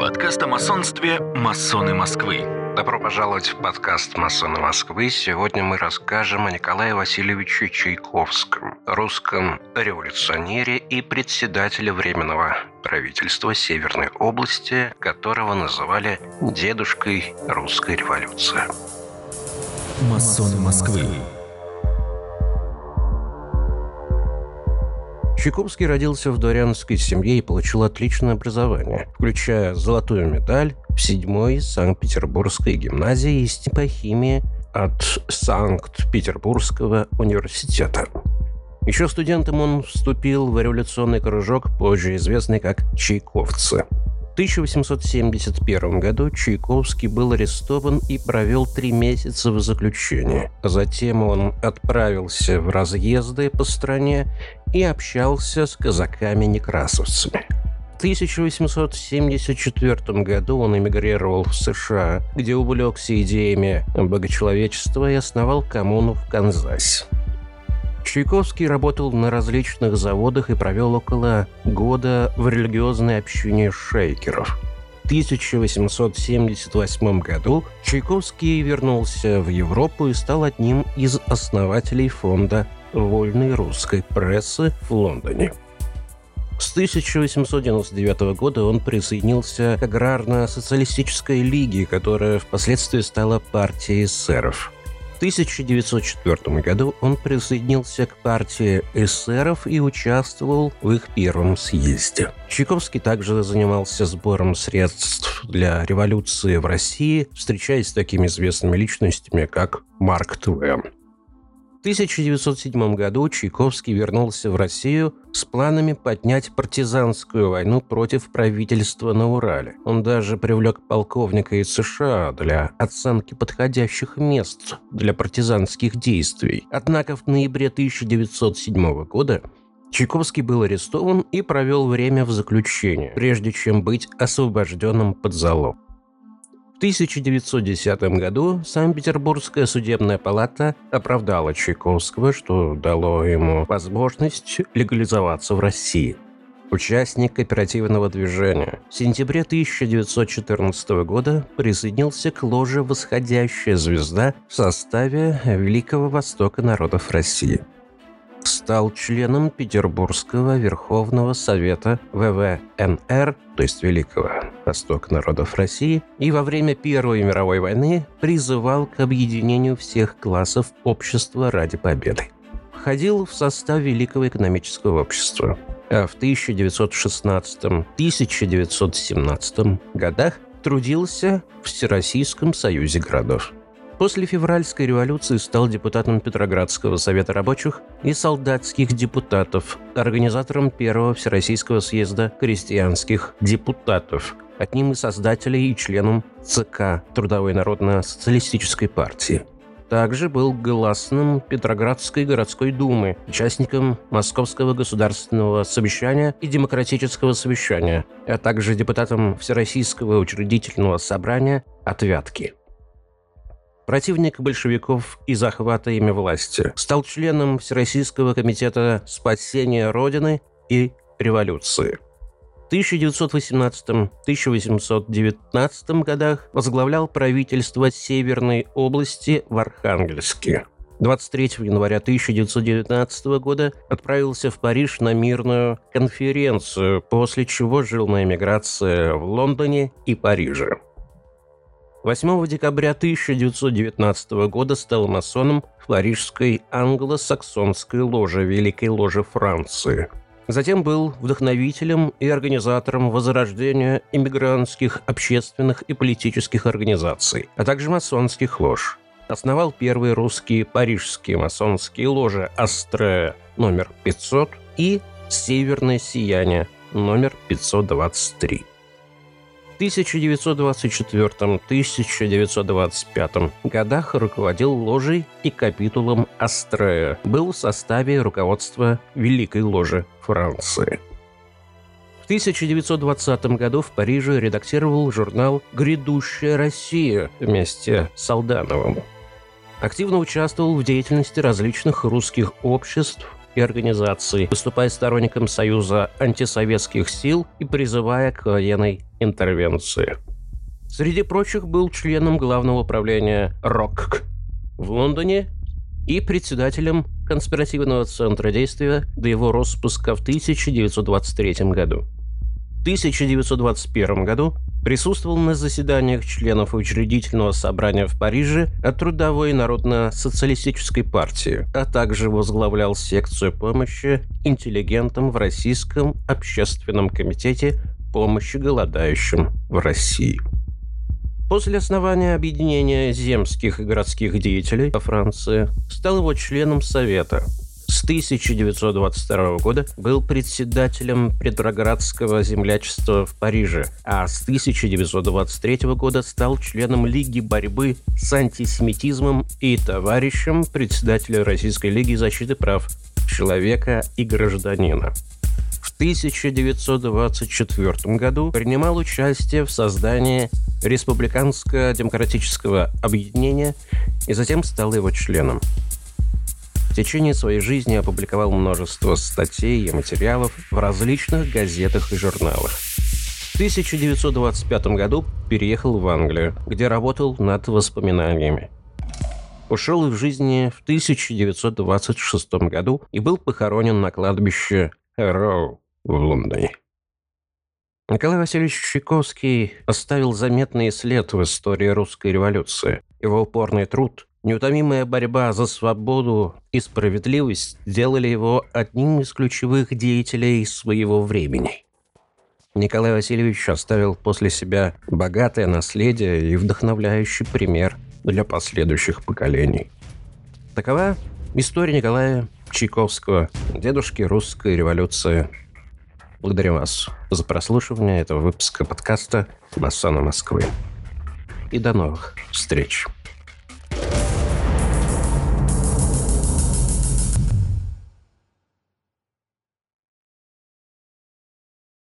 Подкаст о масонстве «Масоны Москвы». Добро пожаловать в подкаст «Масоны Москвы». Сегодня мы расскажем о Николае Васильевиче Чайковском, русском революционере и председателе Временного правительства Северной области, которого называли «дедушкой русской революции». Масоны Москвы. Чайковский родился в дворянской семье и получил отличное образование, включая золотую медаль в 7-й Санкт-Петербургской гимназии и по химии от Санкт-Петербургского университета. Еще студентом он вступил в революционный кружок, позже известный как «Чайковцы». В 1871 году Чайковский был арестован и провел 3 месяца в заключении. Затем он отправился в разъезды по стране и общался с казаками-некрасовцами. В 1874 году он эмигрировал в США, где увлекся идеями богочеловечества и основал коммуну в Канзасе. Чайковский работал на различных заводах и провел около года в религиозной общине шейкеров. В 1878 году Чайковский вернулся в Европу и стал одним из основателей фонда вольной русской прессы в Лондоне. С 1899 года он присоединился к Аграрно-социалистической лиге, которая впоследствии стала партией эсеров. В 1904 году он присоединился к партии эсеров и участвовал в их первом съезде. Чайковский также занимался сбором средств для революции в России, встречаясь с такими известными личностями, как Марк Твен. В 1907 году Чайковский вернулся в Россию с планами поднять партизанскую войну против правительства на Урале. Он даже привлек полковника из США для оценки подходящих мест для партизанских действий. Однако в ноябре 1907 года Чайковский был арестован и провел время в заключении, прежде чем быть освобожденным под залог. В 1910 году Санкт-Петербургская судебная палата оправдала Чайковского, что дало ему возможность легализоваться в России. Участник кооперативного движения. В сентябре 1914 года присоединился к ложе «Восходящая звезда» в составе Великого Востока народов России. Стал членом Петербургского Верховного Совета ВВНР, то есть Великого Востока народов России, и во время Первой мировой войны призывал к объединению всех классов общества ради победы. Входил в состав Великого экономического общества, а в 1916-1917 годах трудился в Всероссийском союзе городов. После февральской революции стал депутатом Петроградского совета рабочих и солдатских депутатов, организатором Первого Всероссийского съезда крестьянских депутатов, одним из создателей и членом ЦК Трудовой народно-социалистической партии. Также был гласным Петроградской городской думы, участником Московского государственного совещания и Демократического совещания, а также депутатом Всероссийского учредительного собрания от Вятки. Противник большевиков и захвата ими власти, стал членом Всероссийского комитета спасения Родины и революции. В 1918-1819 годах возглавлял правительство Северной области в Архангельске. 23 января 1919 года отправился в Париж на мирную конференцию, после чего жил на эмиграции в Лондоне и Париже. 8 декабря 1919 года стал масоном в Парижской англосаксонской ложе Великой ложи Франции. Затем был вдохновителем и организатором возрождения иммигрантских общественных и политических организаций, а также масонских лож. Основал первые русские парижские масонские ложи «Астрея» номер 500 и «Северное сияние» номер 523. В 1924-1925 годах руководил ложей и капитулом «Астрея», был в составе руководства Великой ложи Франции. В 1920 году в Париже редактировал журнал «Грядущая Россия» вместе с Алдановым. Активно участвовал в деятельности различных русских обществ и организаций, выступая сторонником Союза антисоветских сил и призывая к военной интервенции. Среди прочих был членом Главного управления РОКК в Лондоне и председателем конспиративного центра действия до его распуска в 1923 году. В 1921 году присутствовал на заседаниях членов учредительного собрания в Париже от Трудовой народно-социалистической партии, а также возглавлял секцию помощи интеллигентам в Российском общественном комитете помощи голодающим в России. После основания объединения земских и городских деятелей во Франции стал его членом Совета. С 1922 года был председателем Петроградского землячества в Париже, а с 1923 года стал членом Лиги борьбы с антисемитизмом и товарищем председателя Российской лиги защиты прав человека и гражданина. В 1924 году принимал участие в создании Республиканско-демократического объединения и затем стал его членом. В течение своей жизни опубликовал множество статей и материалов в различных газетах и журналах. В 1925 году переехал в Англию, где работал над воспоминаниями. Ушел из жизни в 1926 году и был похоронен на кладбище Хэроу в Лондоне. Николай Васильевич Чайковский оставил заметный след в истории русской революции. Его упорный труд, неутомимая борьба за свободу и справедливость сделали его одним из ключевых деятелей своего времени. Николай Васильевич оставил после себя богатое наследие и вдохновляющий пример для последующих поколений. Такова история Николая Чайковского, дедушки русской революции. Благодарю вас за прослушивание этого выпуска подкаста «Массоны Москвы». И до новых встреч.